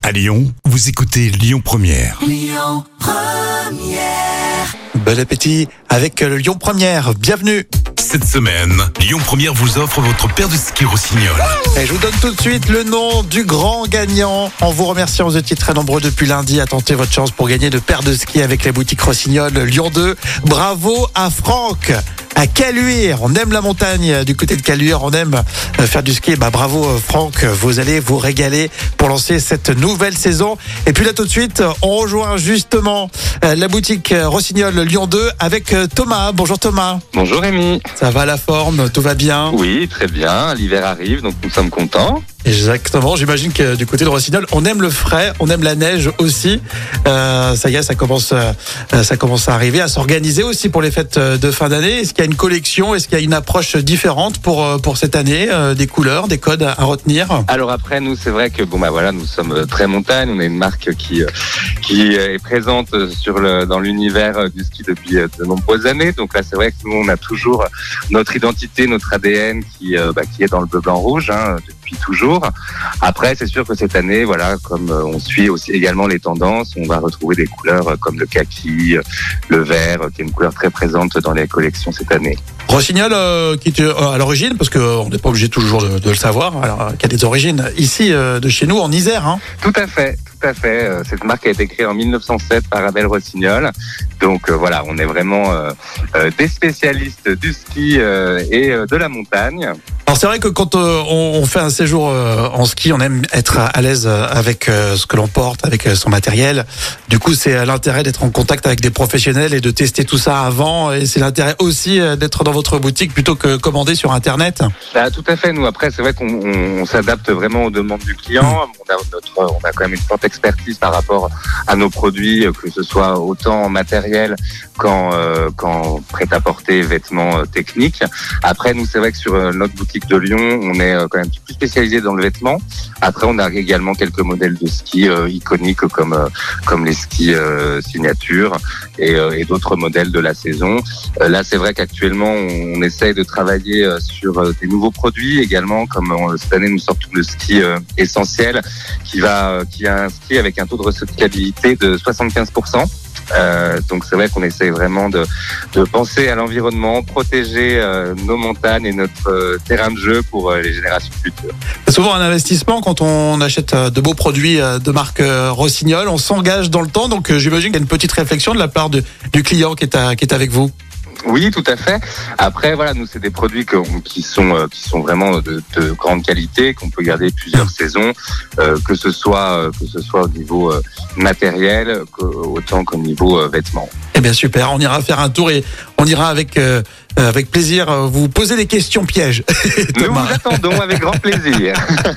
À Lyon, vous écoutez Lyon Première. Bon appétit avec le Lyon Première. Bienvenue. Cette semaine, Lyon Première vous offre votre paire de skis Rossignol. Et je vous donne tout de suite le nom du grand gagnant. En vous remerciant, vous étiez très nombreux depuis lundi à tenter votre chance pour gagner de paires de skis avec la boutique Rossignol Lyon 2. Bravo à Franck. À Caluire, on aime la montagne du côté de Caluire, on aime faire du ski. Bravo Franck, vous allez vous régaler pour lancer cette nouvelle saison. Et puis là tout de suite, on rejoint justement la boutique Rossignol Lyon 2 avec Thomas. Bonjour Thomas. Bonjour Rémi. Ça va la forme, tout va bien? Oui, très bien. L'hiver arrive, donc nous sommes contents. Exactement, j'imagine que du côté de Rossignol, on aime le frais, on aime la neige aussi. Ça y est, ça commence à arriver, à s'organiser aussi pour les fêtes de fin d'année. Est-ce qu'il y a une collection, est-ce qu'il y a une approche différente pour cette année, des couleurs, des codes à retenir? Alors après, nous, c'est vrai que nous sommes très montagne. On est une marque qui est présente dans l'univers du ski depuis de nombreuses années. Donc là, c'est vrai que nous, on a toujours notre identité, notre ADN qui est dans le bleu, blanc, rouge, depuis toujours. Après, c'est sûr que cette année, comme on suit aussi également les tendances, on va retrouver des couleurs comme le kaki, le vert, qui est une couleur très présente dans les collections cette année. Rossignol, qui était à l'origine, parce qu'on n'est pas obligé toujours de le savoir, alors qui a des origines ici de chez nous en Isère. Tout à fait. Cette marque a été créée en 1907 par Abel Rossignol. Donc on est vraiment des spécialistes du ski et de la montagne. Alors c'est vrai que quand on fait un séjour en ski, on aime être à l'aise avec ce que l'on porte, avec son matériel. Du coup, c'est l'intérêt d'être en contact avec des professionnels et de tester tout ça avant. Et c'est l'intérêt aussi d'être dans votre boutique plutôt que commander sur Internet. Tout à fait. Nous, après, c'est vrai qu'on s'adapte vraiment aux demandes du client. On a quand même une forte expertise par rapport à nos produits, que ce soit autant en matériel qu'en prêt-à-porter, vêtements techniques. Après, nous, c'est vrai que sur notre boutique de Lyon, on est quand même plus spécialisé dans le vêtement. Après, on a également quelques modèles de ski iconiques comme les skis signature et d'autres modèles de la saison. Là, c'est vrai qu'actuellement, on essaye de travailler sur des nouveaux produits également, comme cette année, nous sortons le ski essentiel qui a un ski avec un taux de recyclabilité de 75%. Donc c'est vrai qu'on essaie vraiment de penser à l'environnement, protéger nos montagnes et notre terrain de jeu pour les générations futures. C'est souvent un investissement quand on achète de beaux produits de marque Rossignol, on s'engage dans le temps, donc j'imagine qu'il y a une petite réflexion de la part du client qui est avec vous. Oui, tout à fait. Après, nous, c'est des produits qui sont vraiment de grande qualité, qu'on peut garder plusieurs saisons, que ce soit au niveau matériel, autant qu'au niveau vêtements. Eh bien, super. On ira faire un tour et on ira avec plaisir vous poser des questions pièges. Nous vous attendons avec grand plaisir.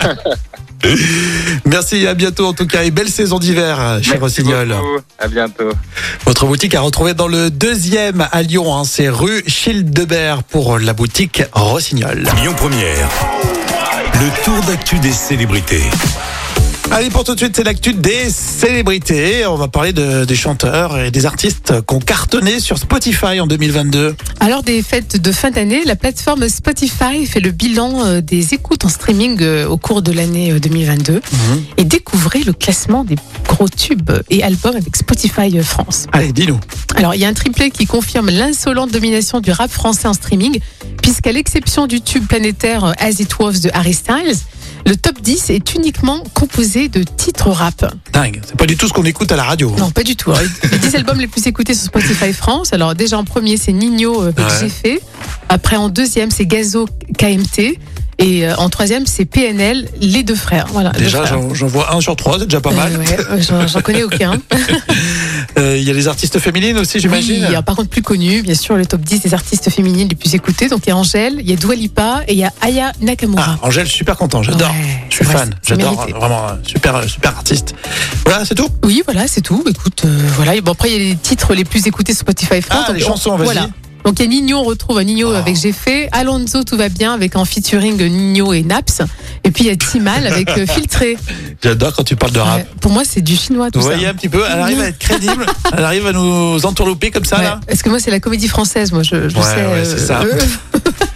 Merci, à bientôt en tout cas et belle saison d'hiver chez Rossignol. Merci beaucoup, à bientôt. Votre boutique à retrouver dans le 2e à Lyon, c'est rue Childebert pour la boutique Rossignol. Lyon Première, le tour d'actu des célébrités. Allez, pour tout de suite, c'est l'actu des célébrités. On va parler des chanteurs et des artistes qui ont cartonné sur Spotify en 2022. Alors, des fêtes de fin d'année, la plateforme Spotify fait le bilan des écoutes en streaming au cours de l'année 2022 et découvrez le classement des gros tubes et albums avec Spotify France. Allez, dis-nous. Alors, il y a un triplé qui confirme l'insolente domination du rap français en streaming, puisqu'à l'exception du tube planétaire As It Was de Harry Styles, le top 10 est uniquement composé de titres rap. Dingue, c'est pas du tout ce qu'on écoute à la radio. Non, pas du tout. Alors, les 10 albums les plus écoutés sur Spotify France. Alors déjà en premier, c'est Nino avec J'ai fait. Après en deuxième, c'est Gazo KMT. Et en troisième, c'est PNL, les deux frères. Voilà, déjà, j'en vois 1 sur 3, c'est déjà pas mal. J'en connais aucun. Il y a les artistes féminines aussi, j'imagine. Oui, par contre plus connus, bien sûr, le top 10 des artistes féminines les plus écoutés. Donc il y a Angèle, il y a Dua Lipa et il y a Aya Nakamura. Angèle, je suis super content, j'adore. Je suis fan, j'adore, mérité. Vraiment super artiste. Voilà, c'est tout. Oui, voilà, c'est tout. Écoute, voilà. Bon, après, il y a les titres les plus écoutés sur Spotify France. Les chansons, vas-y. Voilà. Donc il y a Nino, on retrouve un Nino avec J'ai fait. Alonso, tout va bien avec un featuring Nino et Naps. Et puis il y a Timal avec Filtré. J'adore quand tu parles de rap. Pour moi, c'est du chinois tout ça. Vous voyez un petit peu, elle arrive à être crédible, elle arrive à nous entourlouper comme ça là. Parce que moi, c'est la comédie française, moi je sais. C'est ça.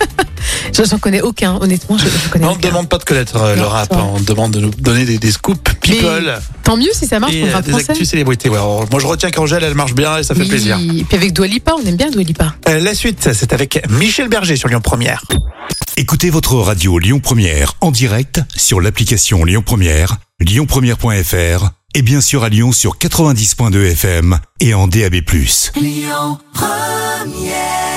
J'en connais aucun, honnêtement, je connais On ne aucun. demande pas de connaître le Non, rap, ça va. hein. On demande de nous donner des scoops people Tant mieux si ça marche et pour le rap des français. actus célébrités. Ouais, alors, moi je retiens qu'Angèle, elle marche bien et ça fait Oui, plaisir. et puis avec Dua Lipa, on aime bien Dua Lipa. La suite, c'est avec Michel Berger sur Lyon Première. Écoutez votre radio Lyon Première en direct sur l'application Lyon Première, lyonpremière.fr et bien sûr à Lyon sur 90.2 FM et en DAB+. Lyon Première.